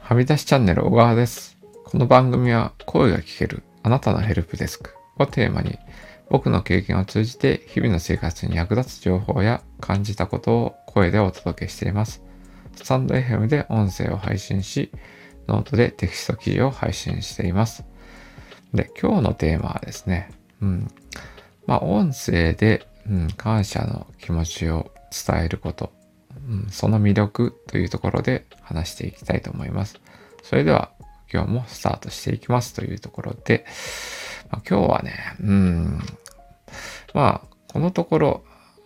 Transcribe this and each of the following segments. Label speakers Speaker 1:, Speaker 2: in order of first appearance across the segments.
Speaker 1: はみ出しチャンネル小川です。この番組は声が聞けるあなたのヘルプデスクをテーマに僕の経験を通じて日々の生活に役立つ情報や感じたことを声でお届けしています。スタンド FM で音声を配信し、ノートでテキスト記事を配信しています。で、今日のテーマはですね、音声で、感謝の気持ちを伝えること、その魅力というところで話していきたいと思います。それでは今日もスタートしていきますというところで、今日はね、このところ、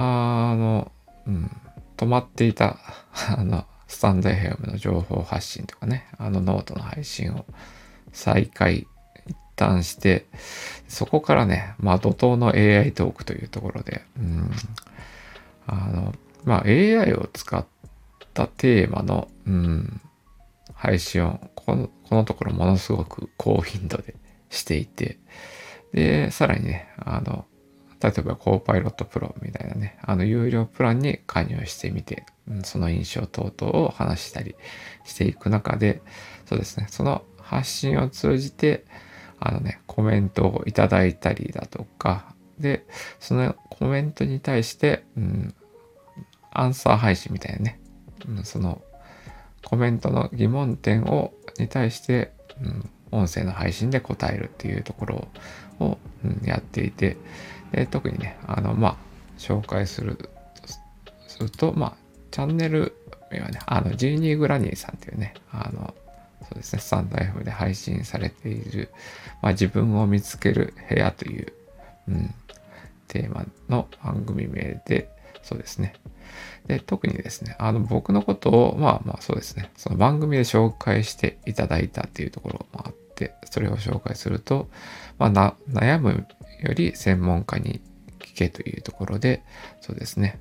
Speaker 1: 止まっていた、スタンド FM の情報発信とかね、ノートの配信を再開一旦して、そこからね、怒涛の AI トークというところで、AI を使ったテーマの、配信をこのところものすごく高頻度でしていて、で、さらにね、例えばコーパイロットプロみたいなね、有料プランに加入してみて、その印象等々を話したりしていく中で、そうですね、その発信を通じて、コメントをいただいたりだとか、で、そのコメントに対して、アンサー配信みたいなね、そのコメントの疑問点に対して、音声の配信で答えるっていうところを、やっていて、で特にね、紹介すると、チャンネル名はね、ジーニー・グラニーさんっていうね、そうですね、スタンド F で配信されている、自分を見つける部屋という、テーマの番組名で、そうですね。で、特にですね、僕のことを、そうですね、その番組で紹介していただいたっていうところもあって、それを紹介すると、悩むより専門家に聞けというところで、そうですね、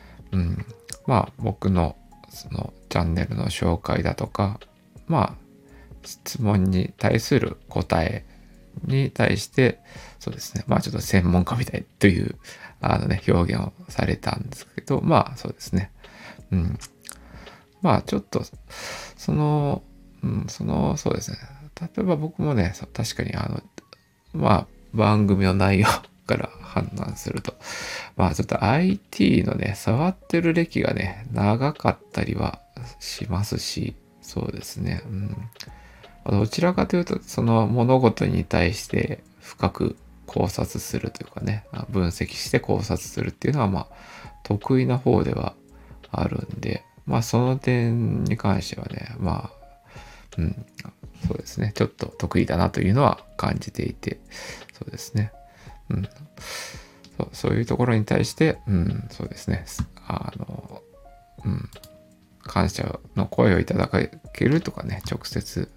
Speaker 1: 僕のそのチャンネルの紹介だとか、質問に対する答えに対して、そうですね、ちょっと専門家みたいという、表現をされたんですけど、そうですね。ちょっと、そうですね。例えば僕もね、確かに番組の内容から判断すると、ちょっと IT のね、触ってる歴がね、長かったりはしますし、そうですね。どちらかというと、その物事に対して深く考察するというかね、分析して考察するっていうのは、得意な方ではあるんで、その点に関してはね、そうですね、ちょっと得意だなというのは感じていて、そうですね。そういうところに対して、そうですね、感謝の声をいただけるとかね、直接、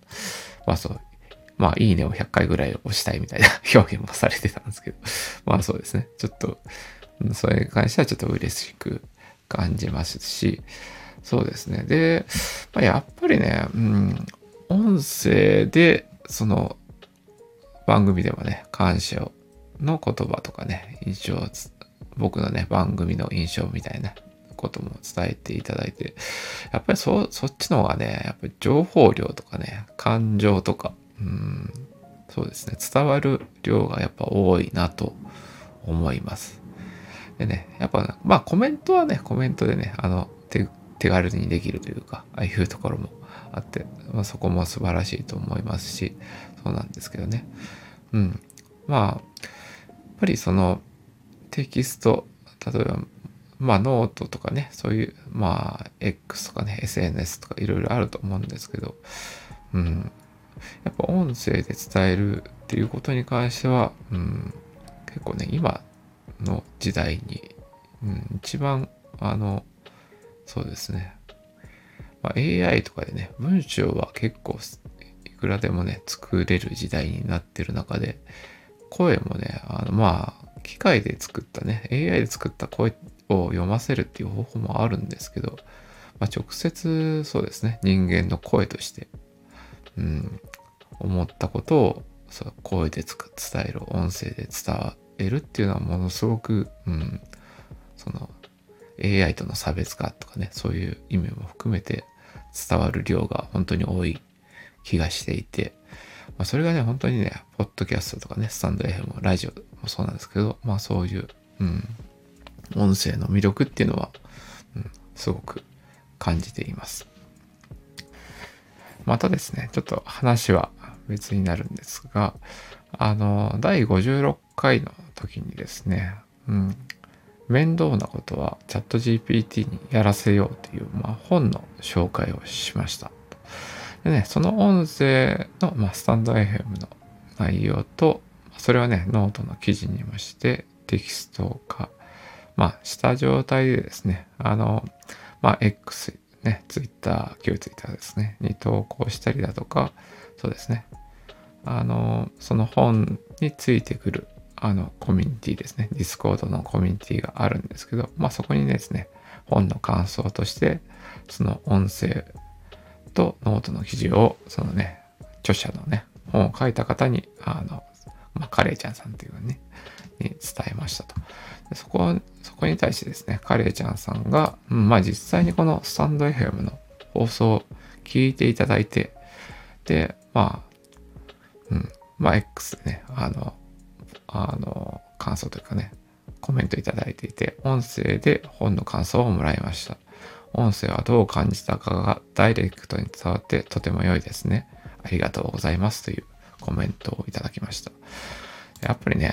Speaker 1: いいねを100回ぐらい押したいみたいな表現もされてたんですけど、そうですね、ちょっと、それに関してはちょっと嬉しく感じますし、そうですね。で、やっぱりね、音声で、その番組でもね、感謝の言葉とかね、僕のね、番組の印象みたいなことも伝えていただいて、やっぱりそっちの方がね、やっぱり情報量とかね、感情とか、そうですね、伝わる量がやっぱ多いなと思います。でね、やっぱ、コメントはね、コメントでね、手軽にできるというか、ああいうところもあって、そこも素晴らしいと思いますし、そうなんですけどね。やっぱりそのテキスト、例えば、ノートとかね、そういう、X とかね、SNS とかいろいろあると思うんですけど、やっぱ音声で伝えるっていうことに関しては、結構ね、今の時代に、一番、そうですね、AI とかでね、文章は結構いくらでもね、作れる時代になってる中で、声もね、機械で作ったね、AI で作った声を読ませるっていう方法もあるんですけど、直接そうですね、人間の声として、思ったことを声で伝える、音声で伝えるっていうのはものすごく、その AI との差別化とかね、そういう意味も含めて伝わる量が本当に多い気がしていて、それがね、本当にね、ポッドキャストとかね、スタンド FM、ラジオもそうなんですけど、そういう、音声の魅力っていうのは、すごく感じています。またですね、ちょっと話は別になるんですが、第56回の時にですね、面倒なことはチャット GPT にやらせようという、本の紹介をしました。でね、その音声の、スタンド FM の内容と、それをね、ノートの記事にもしてテキスト化、した状態でですね、X ね、Twitter、旧 Twitter ですね、に投稿したりだとか、そうですね、その本についてくるコミュニティですね。ディスコードのコミュニティがあるんですけど、そこにですね、本の感想として、その音声とノートの記事を、そのね、著者のね、本を書いた方に、カレイちゃんさんっていうね、に伝えましたと。でそこに対してですね、カレイちゃんさんが、実際にこのスタンド FM の放送を聞いていただいて、で、X でね、感想というかね、コメントいただいていて、音声で本の感想をもらいました。音声はどう感じたかがダイレクトに伝わってとても良いですね。ありがとうございますというコメントをいただきました。やっぱりね、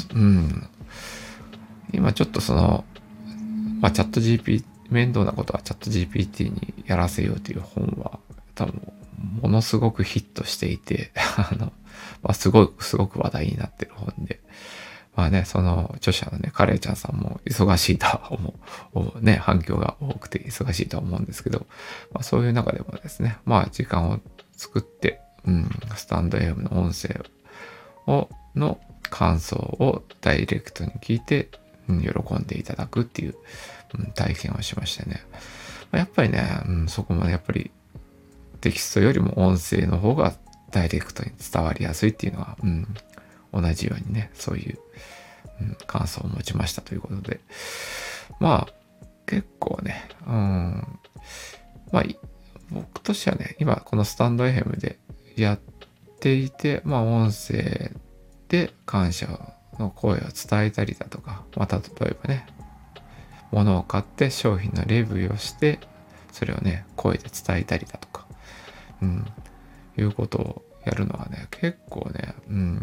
Speaker 1: 今ちょっとその、チャット GPT、面倒なことはチャット GPT にやらせようという本は多分ものすごくヒットしていて、すごく話題になってる本で、その著者のね、カレイちゃんさんも忙しいとは思う、ね、反響が多くて忙しいとは思うんですけど、そういう中でもですね、時間を作って、スタンド FM の音声の感想をダイレクトに聞いて、喜んでいただくっていう、体験をしましてね。やっぱりね、そこまでやっぱりテキストよりも音声の方がダイレクトに伝わりやすいっていうのは、同じようにね、そういう、感想を持ちましたということで、結構ね、僕としてはね、今このスタンド FM でやっていて、音声で感謝の声を伝えたりだとか、例えばね、物を買って商品のレビューをして、それをね、声で伝えたりだとか、いうことをやるのはね、結構ね、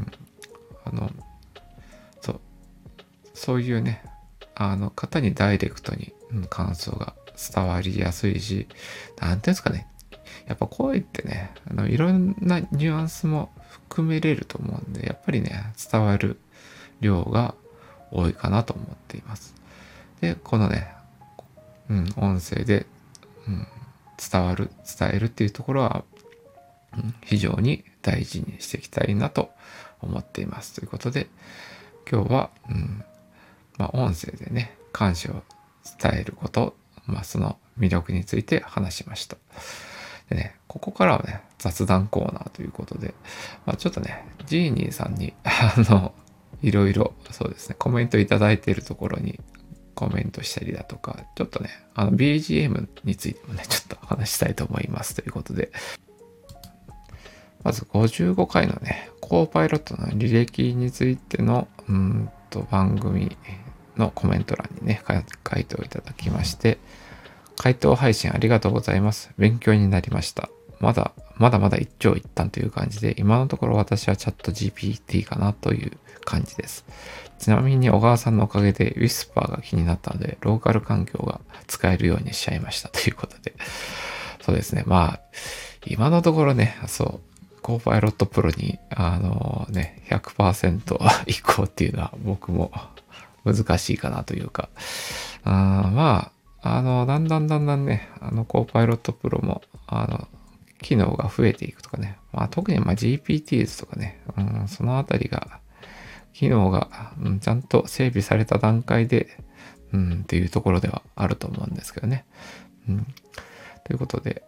Speaker 1: そういうね、方にダイレクトに、感想が伝わりやすいし、なんていうんですかね、やっぱ声ってね、いろんなニュアンスも含めれると思うんで、やっぱりね、伝わる量が多いかなと思っています。で、このね、音声で、伝えるっていうところは、非常に大事にしていきたいなと思っています。ということで、今日は、音声でね、感謝を伝えること、その魅力について話しました。でね、ここからはね、雑談コーナーということで、ちょっとね、ジーニーさんに、いろいろ、そうですね、コメントいただいているところにコメントしたりだとか、ちょっとね、BGM についてもね、ちょっと話したいと思いますということで、まず55回のね、コーパイロットの履歴についての、番組のコメント欄にね、回答いただきまして、回答配信ありがとうございます。勉強になりました。まだ一長一短という感じで、今のところ私はチャット GPT かなという感じです。ちなみに小川さんのおかげでウィスパーが気になったので、ローカル環境が使えるようにしちゃいましたということで。そうですね。今のところね、コーパイロットプロに、100% 移行っていうのは僕も難しいかなというか、だんだんね、コーパイロットプロも、機能が増えていくとかね、特にGPTs とかね、そのあたりが、機能が、ちゃんと整備された段階で、っていうところではあると思うんですけどね。ということで、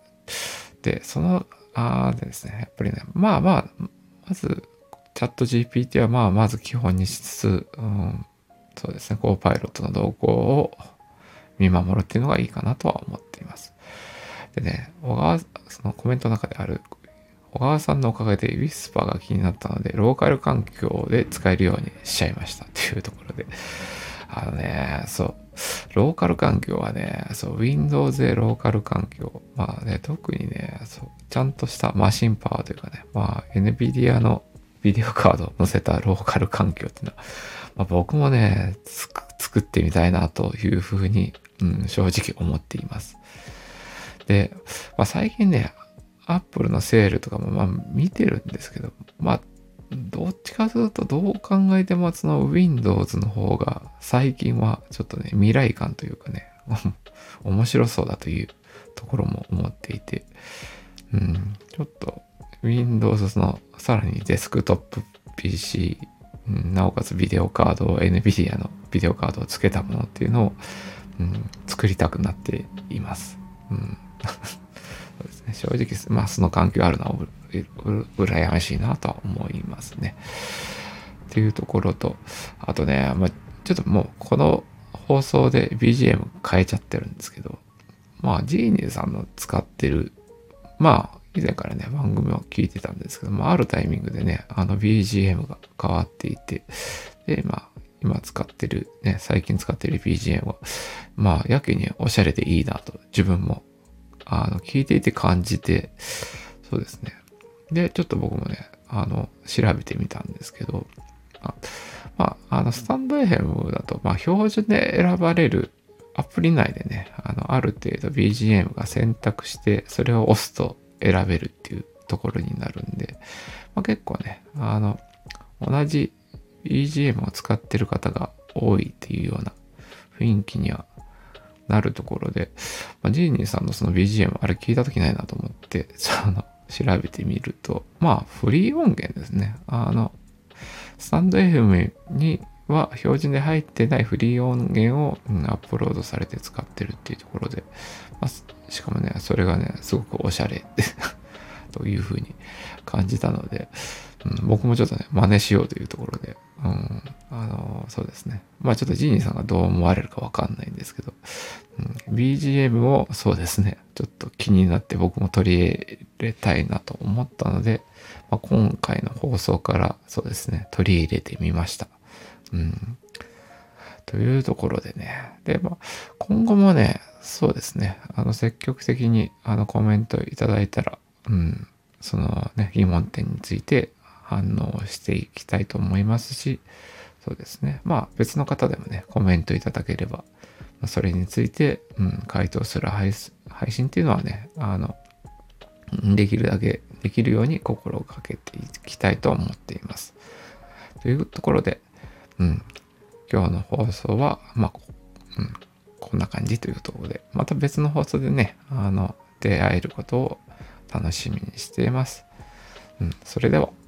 Speaker 1: ですね、やっぱりね、まず、チャット GPT はまず基本にしつつ、そうですね、コーパイロットの動向を見守るっていうのがいいかなとは思っています。 でね、そのコメントの中である、小川さんのおかげでウィスパーが気になったので、ローカル環境で使えるようにしちゃいましたっていうところで。そう、ローカル環境はね、そう、Windows でローカル環境。まあね、特にね、そう、ちゃんとしたマシンパワーというかね、まあ、NVIDIA のビデオカードを載せたローカル環境っていうのは、まあ、僕もね、作ってみたいなというふうに、正直思っています。で、まあ、最近ね、Apple のセールとかもまあ見てるんですけど、まあ、どっちかというとどう考えてもその Windows の方が最近はちょっとね、未来感というかね、面白そうだというところも思っていて、ちょっと Windows のさらにデスクトップ PC、なおかつビデオカードを NVIDIA のビデオカードを付けたものっていうのを、作りたくなっています。そうですね、正直、まあその環境あるのは羨ましいなとは思いますね。っていうところと、あとね、まあちょっともうこの放送で BGM 変えちゃってるんですけど、まあジーニーさんの使ってる、まあ以前からね、番組を聞いてたんですけど、まああるタイミングでね、BGM が変わっていて、で、まあ今使ってる、ね、最近使ってる BGM は、まあやけにおしゃれでいいなと自分も聞いていて感じて、そうですね。で、ちょっと僕もね、調べてみたんですけど、スタンド FM だと、まあ、標準で選ばれるアプリ内でね、ある程度 BGM が選択して、それを押すと選べるっていうところになるんで、まあ、結構ね、同じ BGM を使ってる方が多いっていうような雰囲気にはなるところで、まあ、ジーニーさんのその BGM あれ聞いた時ないなと思って調べてみると、まあフリー音源ですね。スタンド FM には標準で入ってないフリー音源を、アップロードされて使ってるっていうところで、まあ、しかもね、それがね、すごくおしゃれというふうに感じたので、僕もちょっとね、真似しようというところで、そうですね。まあちょっとジーニーさんがどう思われるかわかんないんですけど、BGM をそうですね、ちょっと気になって僕も取り入れたいなと思ったので、まあ、今回の放送からそうですね、取り入れてみました。というところでね。で、まあ、今後もね、そうですね、積極的にコメントいただいたら、そのね、疑問点について反応していきたいと思いますし、そうですね。まあ別の方でもね、コメントいただければ、それについて、回答する配信っていうのはね、できるだけできるように心がけていきたいと思っています。というところで、今日の放送は、まあ、こんな感じというところで、また別の放送でね、出会えることを楽しみにしています。それでは。